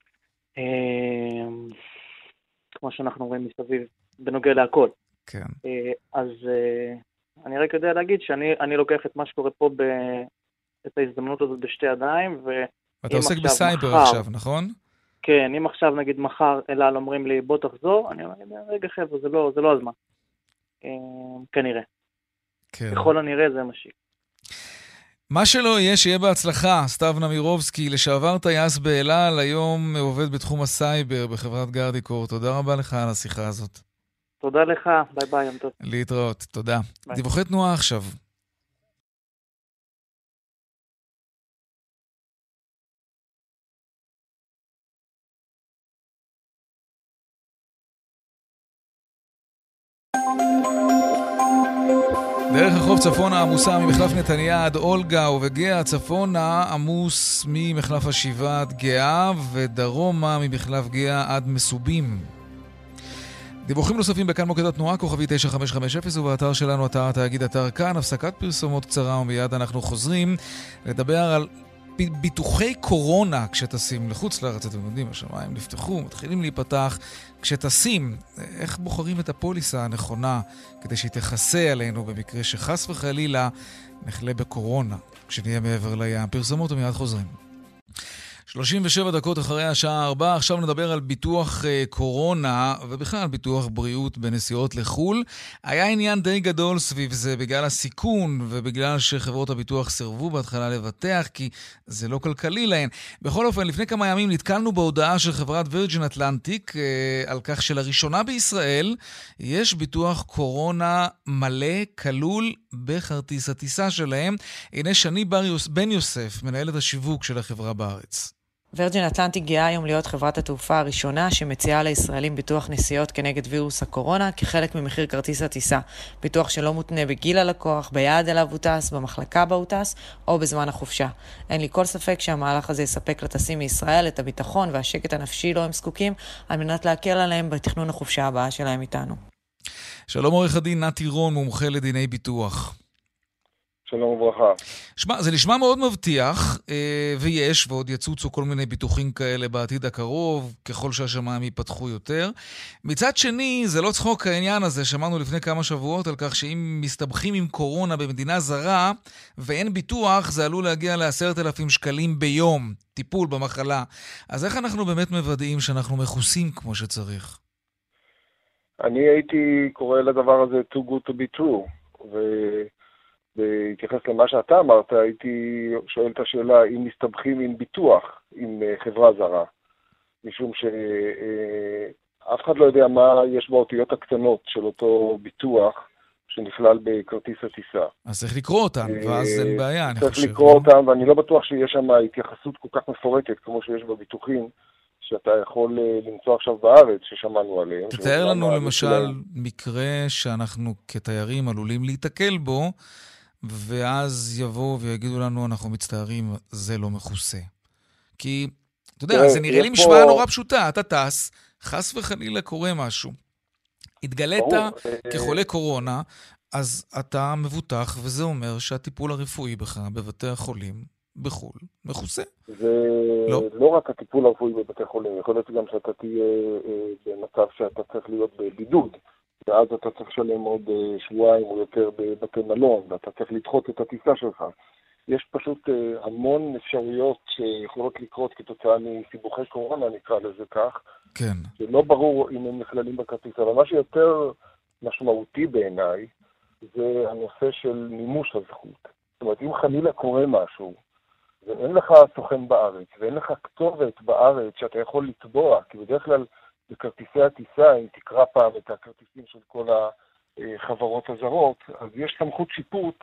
J: כמו שאנחנו רואים מסביב, בנוגע להכל.
B: כן.
J: אז אני רק יודע להגיד שאני אני לוקח את מה שקורה פה, ב, את ההזדמנות הזאת בשתי ידיים, ו...
B: אתה עוסק בסייבר מחר, עכשיו, נכון?
J: כן, אם עכשיו נגיד מחר אלעל אומרים לי בוא תחזור, אני אומר, רגע חבר'ה, זה לא, זה לא הזמן. כנראה.
B: כן.
J: בכל הנראה זה משיק.
B: מה שלא יהיה, שיהיה בהצלחה. סתיו נמירובסקי, לשעבר טייס באלעל, היום עובד בתחום הסייבר בחברת גרדיקור. תודה רבה לך על השיחה הזאת.
J: תודה לך, ביי ביי, יום טוב.
B: להתראות, תודה. ביי. דיווחי תנועה עכשיו. דרך החוף צפונה עמוסה ממחלף נתניה עד אולגה, ובגאה צפונה עמוס ממחלף השיבה עד גאה, ודרומה ממחלף גאה עד מסובים. דיווחים נוספים בכאן מוקד התנועה, כוכבי תשע חמש חמש אפס, ובאתר שלנו, אתר התאגיד, אתר כאן. הפסקת פרסומות קצרה ומיד אנחנו חוזרים לדבר על ביטוחי קורונה כשטסים לחוץ לארץ. אתם יודעים, השמיים נפתחו, מתחילים להיפתח. כשטסים, איך בוחרים את הפוליסה הנכונה כדי שהיא תכסה עלינו במקרה שחס וחלילה נחלה בקורונה כשנהיה מעבר לים. פרסומות ומיד חוזרים. שלושים ושבע דקות אחרי השעה ארבע, עכשיו נדבר על ביטוח uh, קורונה, ובכלל ביטוח בריאות בנסיעות לחול. היה עניין די גדול סביב זה בגלל הסיכון, ובגלל שחברות הביטוח סירבו בהתחלה לבטח, כי זה לא כלכלי להן. בכל אופן, לפני כמה ימים נתקלנו בהודעה של חברת וירג'ין אטלנטיק, uh, על כך שלראשונה בישראל יש ביטוח קורונה מלא, כלול בכרטיס הטיסה שלהם. הנה שני בן יוסף, מנהלת השיווק של החברה בארץ.
K: וירג'ין אטלנטיק גאה היום להיות חברת התעופה הראשונה שמציעה לישראלים ביטוח נסיעות כנגד וירוס הקורונה כחלק ממחיר כרטיס הטיסה. ביטוח שלא מותנה בגיל הלקוח, ביעד אליו הוא טס, במחלקה בה הוא טס או בזמן החופשה. אין לי כל ספק שהמהלך הזה יספק לטסים מישראל את הביטחון והשקט הנפשי לו הם זקוקים על מנת להקל עליהם בתכנון החופשה הבאה שלהם איתנו.
B: שלום עורך הדין נתי רון, מומחה לדיני ביטוח.
L: שלום וברכה.
B: שמע, זה נשמע מאוד מבטיח, ויש, ועוד יצוצו כל מיני ביטוחים כאלה בעתיד הקרוב, ככל שהשמיים ייפתחו יותר. מצד שני, זה לא צחוק העניין הזה, שמענו לפני כמה שבועות על כך שאם מסתבכים עם קורונה במדינה זרה, ואין ביטוח, זה עלול להגיע לעשרת אלפים שקלים ביום, טיפול במחלה. אז איך אנחנו באמת מוודאים שאנחנו מכוסים כמו שצריך?
L: אני הייתי קורא לדבר הזה too good to be true, ו... בהתייחס למה שאתה אמרת, הייתי שואל את השאלה אם מסתבכים עם ביטוח, עם חברה זרה. משום שאף אחד לא יודע מה יש באותיות הקטנות של אותו ביטוח שנכלל בכרטיס הטיסה.
B: אז צריך לקרוא אותם, ואז אין בעיה, אני חושב.
L: צריך לקרוא אותם, ואני לא בטוח שיש שם התייחסות כל כך מפורטת, כמו שיש בביטוחים, שאתה יכול למצוא עכשיו בארץ, ששמענו עליהם.
B: תתאר לנו למשל מקרה שאנחנו כתיירים עלולים להתקל בו, ואז יבואו ויגידו לנו, אנחנו מצטערים, זה לא מכוסה. כי, אתה יודע, זה נראה לי משוואה נורא פשוטה. אתה טס, חס וחלילה קורה משהו. התגלית כחולה קורונה, אז אתה מבוטח, וזה אומר שהטיפול הרפואי בך בבתי החולים בחול מכוסה.
L: זה לא רק הטיפול הרפואי בבתי חולים, יכול להיות גם שאתה תהיה במצב שאתה צריך להיות בבידוד. ואז אתה צריך לשלם עוד שבועיים או יותר בבתי מלון, ואתה צריך לדחות את הטיסה שלך. יש פשוט המון אפשרויות שיכולות לקרות כתוצאה מסיבוכי קורונה, נקרא לזה כך.
B: כן.
L: שלא ברור אם הם נכללים בכרטיס, אבל מה שיותר משמעותי בעיניי, זה הנושא של מימוש הזכות. זאת אומרת, אם חלילה קורה משהו, ואין לך סוכן בארץ, ואין לך כתובת בארץ שאתה יכול לתבוע, כי בדרך כלל בכרטיסי הטיסה, אם תקרא פעם את הכרטיסים של כל החברות הזרות, אז יש סמכות שיפוט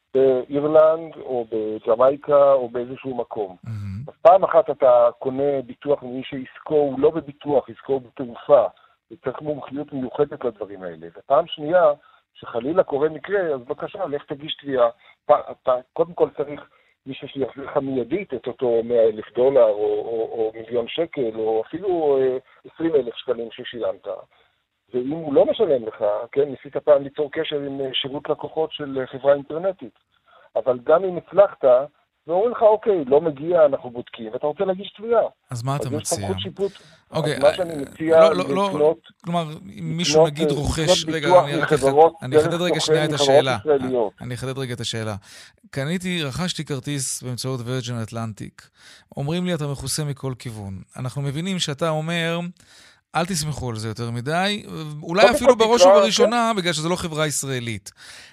L: באירלנד או בג'מייקה או באיזשהו מקום. Mm-hmm. אז פעם אחת אתה קונה ביטוח ממי שעסקו הוא לא בביטוח, עסקו הוא בתעופה, וצריך מומחיות מיוחדת לדברים האלה. ופעם שנייה, שחלילה קורה מקרה, אז בבקשה, לך תגיש תביעה. אתה קודם כל צריך מישהו שיחזיר לך מיידית את אותו מאה אלף דולר או, או, או מיליון שקל או אפילו עשרים אלף שקלים ששילמת. ואם הוא לא משלם לך, כן, ניסית פעם ליצור קשר עם שירות לקוחות של חברה אינטרנטית. אבל גם אם הצלחת, ואומרים לך, אוקיי, לא מגיע, אנחנו בודקים, ואתה רוצה להגיש תביעה.
B: אז מה אתה מציע?
L: שיפוט,
B: אוקיי,
L: אז מה שאני מציע
B: לא, לא,
L: לקנות...
B: לא, כלומר, אם מישהו נגיד רוכש... רגע, אני אחדד רגע שנייה את השאלה. אני אחדד רגע את השאלה. קניתי, רכשתי כרטיס באמצעות וירג'ין אטלנטיק. אומרים לי, אתה מכוסה מכל כיוון. אנחנו מבינים שאתה אומר... אל תסמכו על זה יותר מדי, אולי אפילו בראש ובראשונה, בגלל שזו לא חברה ישראלית.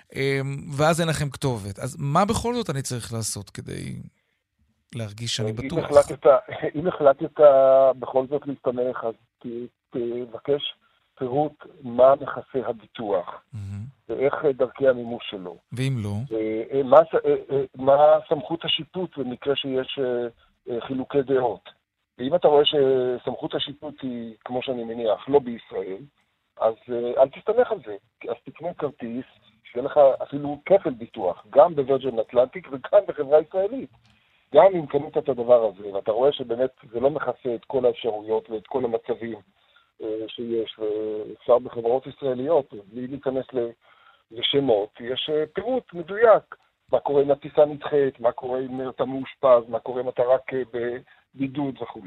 B: ואז אין לכם כתובת. אז מה בכל זאת אני צריך לעשות כדי להרגיש שאני בטוח?
L: אם החלטת בכל זאת להסתמך, אז תבקש פירוט מה מכסה הביטוח, ואיך דרכי המימוש שלו.
B: ואם לא?
L: מה סמכות השיפוט במקרה שיש חילוקי דעות. ואם אתה רואה שסמכות השיפוט היא, כמו שאני מניח, לא בישראל, אז אל תסתמך על זה. אז תקנה כרטיס, שיהיה לך אפילו כפל ביטוח, גם בווירג'ין אטלנטיק וגם בחברה ישראלית. גם אם קנית את הדבר הזה, ואתה רואה שבאמת זה לא מכסה את כל האפשרויות ואת כל המצבים שיש, ואפשר בחברות ישראליות, בלי להיכנס לשמות, יש פירוט מדויק. מה קורה אם הטיסה נדחית, מה קורה אם אתה מאושפז, מה קורה אם אתה רק בבידוד וכו'.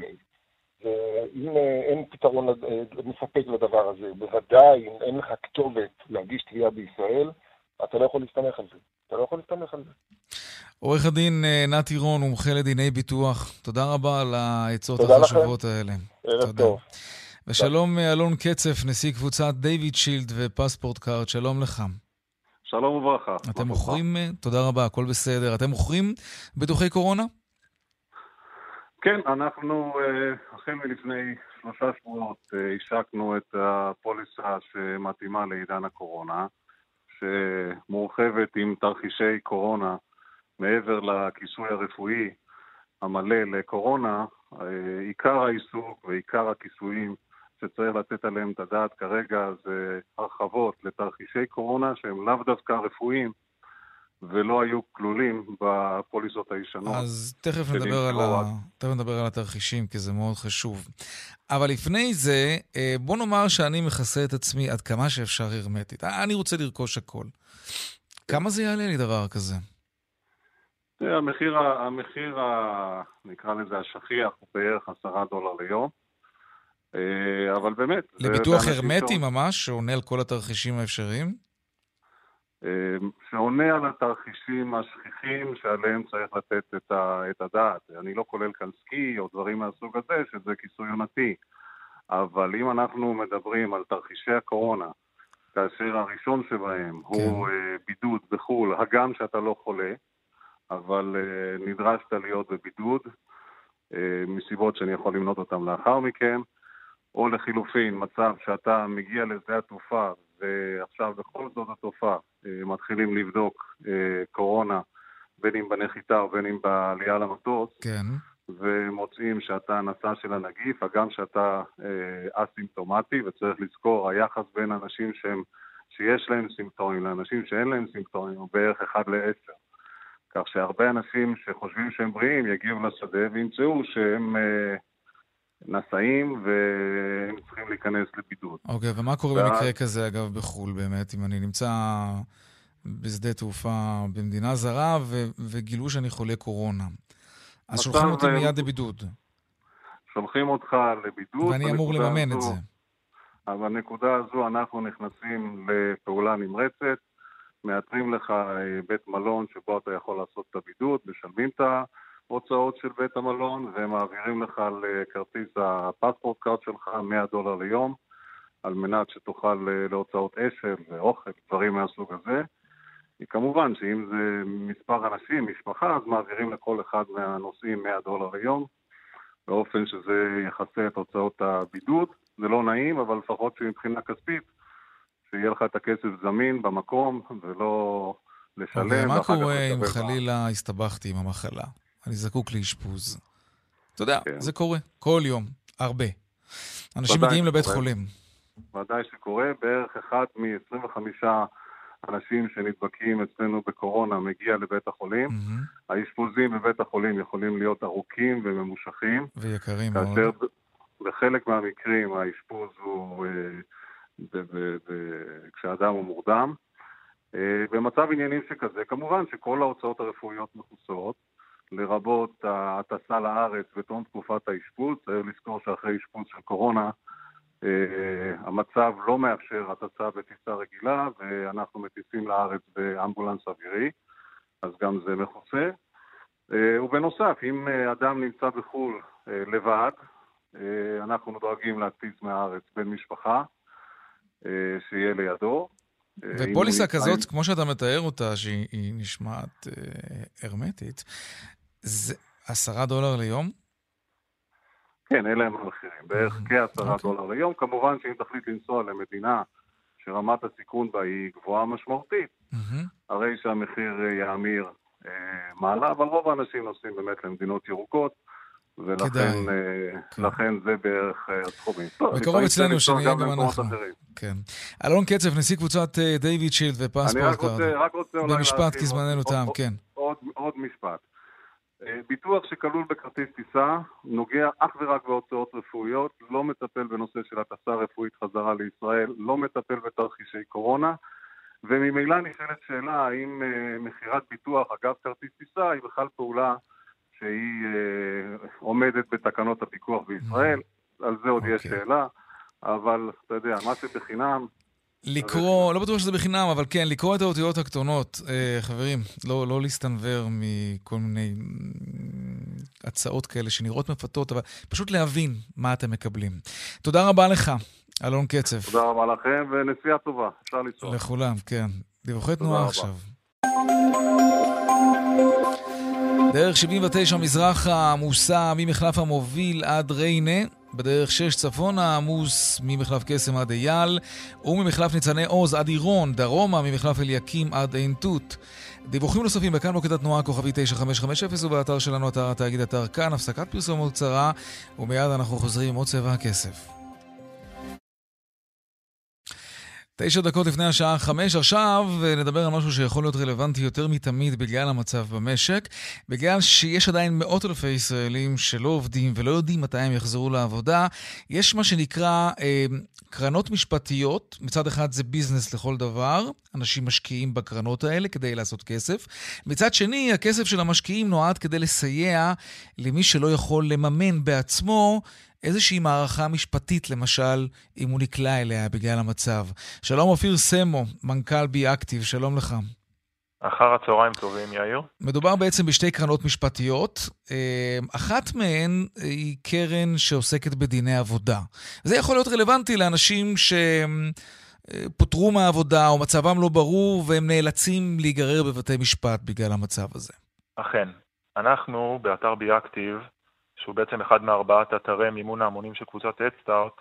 L: אם אין פתרון מספק לדבר הזה, בוודאי אם אין לך כתובת להגיש תביעה בישראל, אתה לא יכול להסתמך על זה. אתה לא יכול להסתמך על זה.
B: עורך הדין נתי רון, מומחה לדיני ביטוח, תודה רבה על העצות החשובות האלה.
L: ערב טוב.
B: ושלום אלון קצף, נשיא קבוצת דיוויד שילד ופספורט קארד, שלום לך.
M: שלום וברכה.
B: אתם מוכרים, תודה רבה, הכל בסדר. אתם מוכרים ביטוחי קורונה?
M: כן, אנחנו החל מלפני שלושה שבועות השקנו את הפוליסה שמתאימה לעידן הקורונה, שמורחבת עם תרחישי קורונה מעבר לכיסוי הרפואי המלא לקורונה, עיקר העיסוק ועיקר הכיסויים שצריך לתת עליהם את הדעת כרגע זה הרחבות לתרחישי קורונה שהם לאו דווקא רפואיים ולא היו כלולים בפוליסות הישנות.
B: אז תכף נדבר על, ה... תכף נדבר על התרחישים, כי זה מאוד חשוב. אבל לפני זה, בוא נאמר שאני מכסה את עצמי עד כמה שאפשר הרמטית. אני רוצה לרכוש הכל. כמה זה יעלה לי דבר כזה?
M: המחיר, המחיר, נקרא לזה השכיח, הוא בערך עשרה דולר ליום. אבל באמת...
B: לביטוח הרמטי ממש, שעונה על כל התרחישים האפשריים?
M: שעונה על התרחישים השכיחים שעליהם צריך לתת את, ה, את הדעת. אני לא כולל כאן סקי או דברים מהסוג הזה, שזה כיסוי עונתי. אבל אם אנחנו מדברים על תרחישי הקורונה, כאשר הראשון שבהם כן. הוא uh, בידוד בחול, הגם שאתה לא חולה, אבל uh, נדרשת להיות בבידוד, uh, מסיבות שאני יכול למנות אותם לאחר מכן, או לחילופין, מצב שאתה מגיע לשדה התעופה, ועכשיו בכל זאת התופעה מתחילים לבדוק קורונה, בין אם בנחיתה או בין אם בעלייה למטוס,
B: כן.
M: ומוצאים שאתה נשא של הנגיף, הגם שאתה אסימפטומטי, וצריך לזכור, היחס בין אנשים שהם, שיש להם סימפטומים לאנשים שאין להם סימפטומים, הוא בערך אחד לעשר. כך שהרבה אנשים שחושבים שהם בריאים יגיעו לשדה וימצאו שהם... נשאים והם צריכים להיכנס לבידוד.
B: אוקיי, ומה קורה במקרה כזה, אגב, בחול באמת, אם אני נמצא בשדה תעופה במדינה זרה וגילו שאני חולה קורונה? אז שולחים אותי מיד לבידוד.
M: שולחים אותך לבידוד.
B: ואני אמור לממן את זה.
M: אבל בנקודה הזו אנחנו נכנסים לפעולה נמרצת, מאתרים לך בית מלון שבו אתה יכול לעשות את הבידוד, משלמים את ה... הוצאות של בית המלון, והם מעבירים לך לכרטיס הפספורט קארד שלך מאה דולר ליום, על מנת שתוכל להוצאות אשל ואוכל, דברים מהסוג הזה. כמובן שאם זה מספר אנשים, משפחה, אז מעבירים לכל אחד מהנוסעים מאה דולר ליום, באופן שזה יחסה את הוצאות הבידוד. זה לא נעים, אבל לפחות שמבחינה כספית, שיהיה לך את הכסף זמין במקום, ולא לשלם.
B: מה קורה אם חלילה הסתבכתי עם המחלה? אני זקוק לאשפוז. אתה יודע, כן. זה קורה כל יום, הרבה. אנשים מגיעים לבית קורה. חולים.
M: ודאי שקורה, בערך אחד מ-עשרים וחמישה אנשים שנדבקים אצלנו בקורונה מגיע לבית החולים. Mm-hmm. האשפוזים בבית החולים יכולים להיות ארוכים וממושכים.
B: ויקרים
M: מאוד.
B: כאשר
M: בחלק מהמקרים האשפוז הוא אה, ב- ב- ב- כשאדם הוא מורדם. אה, במצב עניינים שכזה, כמובן שכל ההוצאות הרפואיות מכוסות, לרבות הטסה לארץ בתום תקופת האשפוז. צריך לזכור שאחרי אשפוז של קורונה, uh, המצב לא מאפשר הטסה בטיסה רגילה, ואנחנו מטיסים לארץ באמבולנס אווירי, אז גם זה מכוסה. Uh, ובנוסף, אם uh, אדם נמצא בחול uh, לבד, uh, אנחנו דואגים להטיס מהארץ בן משפחה, uh, שיהיה לידו.
B: ופוליסה כזאת, כמו שאתה מתאר אותה, שהיא נשמעת הרמטית, זה עשרה דולר ליום?
M: כן, אלה הם המחירים. בערך כעשרה דולר ליום. כמובן שאם תחליט לנסוע למדינה שרמת הסיכון בה היא גבוהה משמעותית, הרי שהמחיר יאמיר מעלה, אבל רוב האנשים נוסעים באמת למדינות ירוקות, ולכן לכן זה בערך הסכומים.
B: וקרוב אצלנו שנהיה גם אנחנו. כן. אלון קצב, נשיא קבוצת דיוויד שילד ופספורט קארד.
M: אני רק רוצה אולי...
B: במשפט, כי זמננו תם, כן.
M: עוד משפט. ביטוח שכלול בכרטיס טיסה נוגע אך ורק בהוצאות רפואיות, לא מטפל בנושא של הטסה רפואית חזרה לישראל, לא מטפל בתרחישי קורונה, וממילא נשאלת שאלה האם מחירת ביטוח אגב כרטיס טיסה היא בכלל פעולה שהיא אה, עומדת בתקנות הפיקוח בישראל, על זה עוד okay. יש שאלה, אבל אתה יודע, מה שבחינם...
B: לקרוא, לא בטוח שזה בחינם, אבל כן, לקרוא את האותיות הקטנות, אה, חברים, לא, לא להסתנבר מכל מיני הצעות כאלה שנראות מפתות, אבל פשוט להבין מה אתם מקבלים. תודה רבה לך, אלון קצב.
M: תודה רבה לכם, ונסיעה טובה, אפשר לנסוע.
B: לכולם, כן. דיווחי תנועה עכשיו. דרך שבעים ותשע מזרח העמוסה ממחלף המוביל עד ריינה, בדרך שש צפונה עמוס ממחלף קסם עד אייל, וממחלף ניצני עוז עד עירון, דרומה ממחלף אליקים עד עין תות. דיווחים נוספים בכאן מוקד התנועה כוכבי תשע חמש חמש אפס ובאתר שלנו אתר התאגיד אתר כאן. הפסקת פרסומות קצרה ומיד אנחנו חוזרים עם עוד צבע הכסף. תשע דקות לפני השעה חמש. עכשיו נדבר על משהו שיכול להיות רלוונטי יותר מתמיד בגלל המצב במשק, בגלל שיש עדיין מאות אלפי ישראלים שלא עובדים ולא יודעים מתי הם יחזרו לעבודה. יש מה שנקרא אה, קרנות משפטיות. מצד אחד זה ביזנס לכל דבר, אנשים משקיעים בקרנות האלה כדי לעשות כסף. מצד שני, הכסף של המשקיעים נועד כדי לסייע למי שלא יכול לממן בעצמו איזושהי מערכה משפטית, למשל, אם הוא נקלע אליה בגלל המצב. שלום אופיר סמו, מנכ"ל בי אקטיב, שלום לך.
N: אחר הצהריים טובים, יאיר.
B: מדובר בעצם בשתי קרנות משפטיות. אחת מהן היא קרן שעוסקת בדיני עבודה. זה יכול להיות רלוונטי לאנשים שפוטרו מהעבודה או מצבם לא ברור והם נאלצים להיגרר בבתי משפט בגלל המצב הזה.
N: אכן. אנחנו באתר בי אקטיב, שהוא בעצם אחד מארבעת אתרי מימון ההמונים של קבוצת הדסטארט,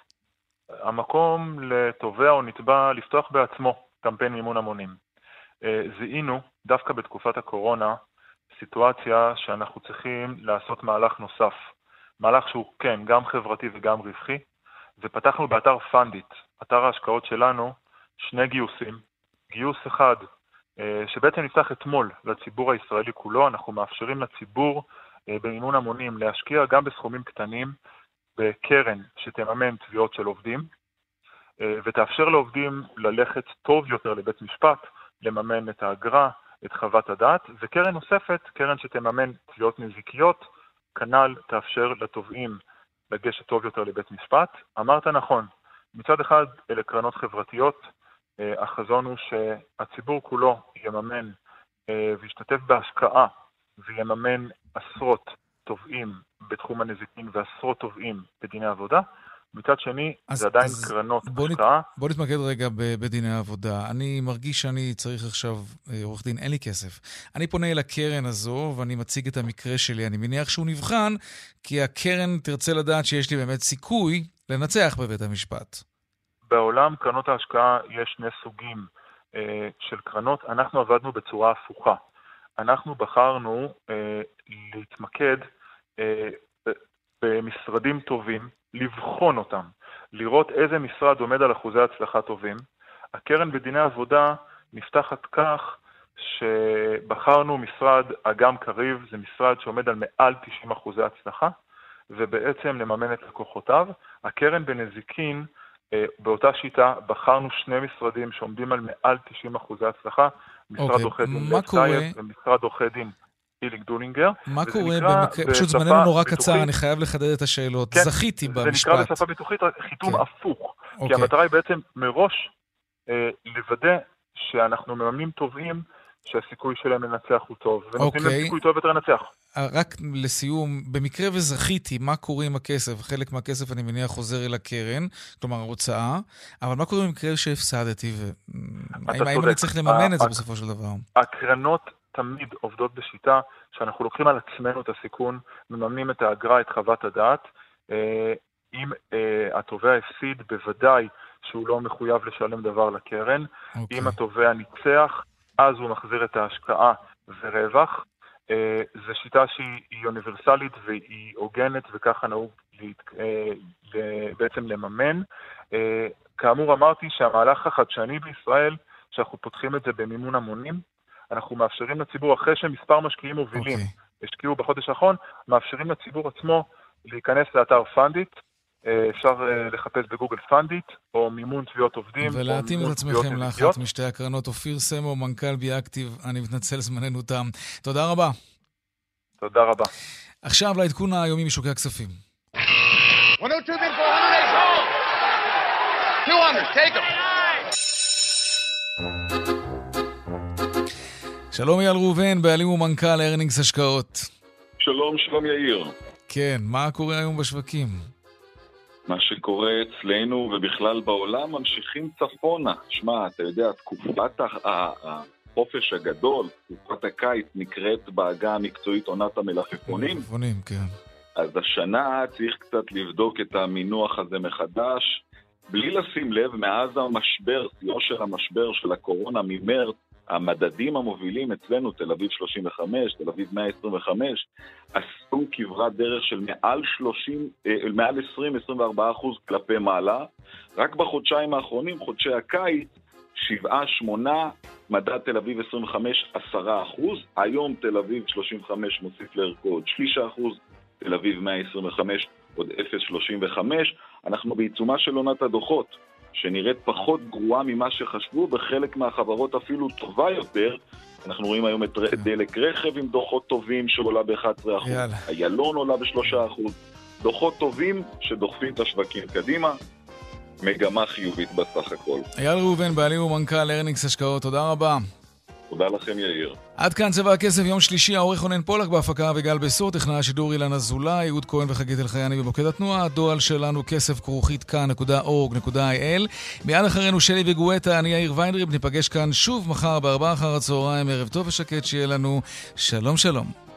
N: המקום לתובע או נתבע לפתוח בעצמו קמפיין מימון המונים. זיהינו דווקא בתקופת הקורונה סיטואציה שאנחנו צריכים לעשות מהלך נוסף. מהלך שהוא כן, גם חברתי וגם רווחי, ופתחנו באתר פנדיט, אתר ההשקעות שלנו, שני גיוסים. גיוס אחד שבעצם נפתח אתמול לציבור הישראלי כולו. אנחנו מאפשרים לציבור במימון המונים להשקיע גם בסכומים קטנים בקרן שתממן תביעות של עובדים ותאפשר לעובדים ללכת טוב יותר לבית משפט, לממן את האגרה, את חוות הדעת, וקרן נוספת, קרן שתממן תביעות נזיקיות, כנ"ל תאפשר לתובעים לגשת טוב יותר לבית משפט. אמרת נכון, מצד אחד אלה קרנות חברתיות, החזון הוא שהציבור כולו יממן וישתתף בהשקעה ויממן עשרות תובעים בתחום הנזיקין ועשרות תובעים בדיני עבודה. מצד שני, אז, זה עדיין אז קרנות
B: בוא
N: השקעה.
B: נת, בוא נתמקד רגע בדיני העבודה. אני מרגיש שאני צריך עכשיו, עורך דין, אין לי כסף. אני פונה אל הקרן הזו ואני מציג את המקרה שלי. אני מניח שהוא נבחן, כי הקרן תרצה לדעת שיש לי באמת סיכוי לנצח בבית המשפט.
N: בעולם קרנות ההשקעה יש שני סוגים אה, של קרנות. אנחנו עבדנו בצורה הפוכה. אנחנו בחרנו אה, להתמקד אה, במשרדים טובים, לבחון אותם, לראות איזה משרד עומד על אחוזי הצלחה טובים. הקרן בדיני עבודה נפתחת כך שבחרנו משרד אגם קריב, זה משרד שעומד על מעל תשעים אחוזי הצלחה, ובעצם לממן את לקוחותיו. הקרן בנזיקין, באותה שיטה, בחרנו שני משרדים שעומדים על מעל תשעים אחוזי הצלחה, משרד עורכי דין לסטייב ומשרד עורכי דין איליק דולינגר.
B: מה קורה במקרה, פשוט זמננו נורא קצר, אני חייב לחדד את השאלות. זכיתי במשפט.
N: זה נקרא בשפה ביטוחית חיתום הפוך, כי המטרה היא בעצם מראש לוודא שאנחנו מממנים תובעים שהסיכוי שלהם לנצח הוא טוב, ונותנים להם סיכוי טוב יותר לנצח.
B: רק לסיום, במקרה וזכיתי, מה קורה עם הכסף? חלק מהכסף אני מניח חוזר אל הקרן, כלומר ההוצאה, אבל מה קורה במקרה שהפסדתי? האם אני צריך לממן את זה בסופו של דבר?
N: הקרנות תמיד עובדות בשיטה שאנחנו לוקחים על עצמנו את הסיכון, מממנים את האגרה, את חוות הדעת. אם התובע הפסיד, בוודאי שהוא לא מחויב לשלם דבר לקרן. אם התובע ניצח, אז הוא מחזיר את ההשקעה ורווח. זו שיטה שהיא אוניברסלית והיא הוגנת, וככה נהוג בעצם לממן. כאמור אמרתי שהמהלך החדשני בישראל, שאנחנו פותחים את זה במימון המונים, אנחנו מאפשרים לציבור, אחרי שמספר משקיעים מובילים, השקיעו בחודש האחרון, מאפשרים לציבור עצמו להיכנס לאתר פנדיט, אפשר לחפש בגוגל פנדיט, או מימון תביעות עובדים.
B: ולהתאים את עצמכם לאחת משתי הקרנות. אופיר סמו, מנכ"ל בי אקטיב, אני מתנצל, זמננו תם. תודה רבה.
N: תודה רבה.
B: עכשיו לעדכון היומי משוקי הכספים. שלום אייל ראובן, בעלים ומנכ"ל ארנינגס השקעות.
O: שלום, שלום יאיר.
B: כן, מה קורה היום בשווקים?
O: מה שקורה אצלנו ובכלל בעולם ממשיכים צפונה. שמע, אתה יודע, תקופת החופש הגדול, תקופת הקיץ, נקראת בעגה המקצועית עונת המלפפונים.
B: מלפפונים, כן.
O: אז השנה צריך קצת לבדוק את המינוח הזה מחדש, בלי לשים לב, מאז המשבר, סיוע של המשבר של הקורונה ממרץ, המדדים המובילים אצלנו, תל אביב שלושים וחמש, תל אביב מאה עשרים וחמש, עשו כברת דרך של מעל שלושים, מעל עשרים עד עשרים וארבעה אחוז כלפי מעלה. רק בחודשיים האחרונים, חודשי הקיץ, שבעה, שמונה, מדד תל אביב עשרים וחמש, עשרה אחוז. היום תל אביב שלושים וחמש מוסיף לערכו עוד שלישה אחוז, תל אביב מאה עשרים וחמש, עוד אפס נקודה שלושים וחמש. אנחנו בעיצומה של עונת הדוחות, שנראית פחות גרועה ממה שחשבו, בחלק מהחברות אפילו טובה יותר. אנחנו רואים היום את דלק רכב עם דוחות טובים שעולה ב-אחד עשר אחוז, איילון עולה ב-שלושה אחוז, דוחות טובים שדוחפים את השווקים קדימה, מגמה חיובית בסך הכל.
B: אייל ראובן, בעלים ומנכ"ל ארנינגס השקעות, תודה רבה.
O: תודה לכם יאיר.
B: עד כאן צבע הכסף, יום שלישי, העורך רונן פולק, בהפקה וגל בסור, טכנאי השידור אילן אזולאי, יהוד כהן וחגית אלחייני במוקד התנועה, הדואל שלנו כסף כרוכית כאן נקודה אורג נקודה איי אל. מיד אחרינו שלי וגואטה, אני יאיר ויינריב, ניפגש כאן שוב מחר בארבע אחר הצהריים, ערב טוב ושקט שיהיה לנו, שלום שלום.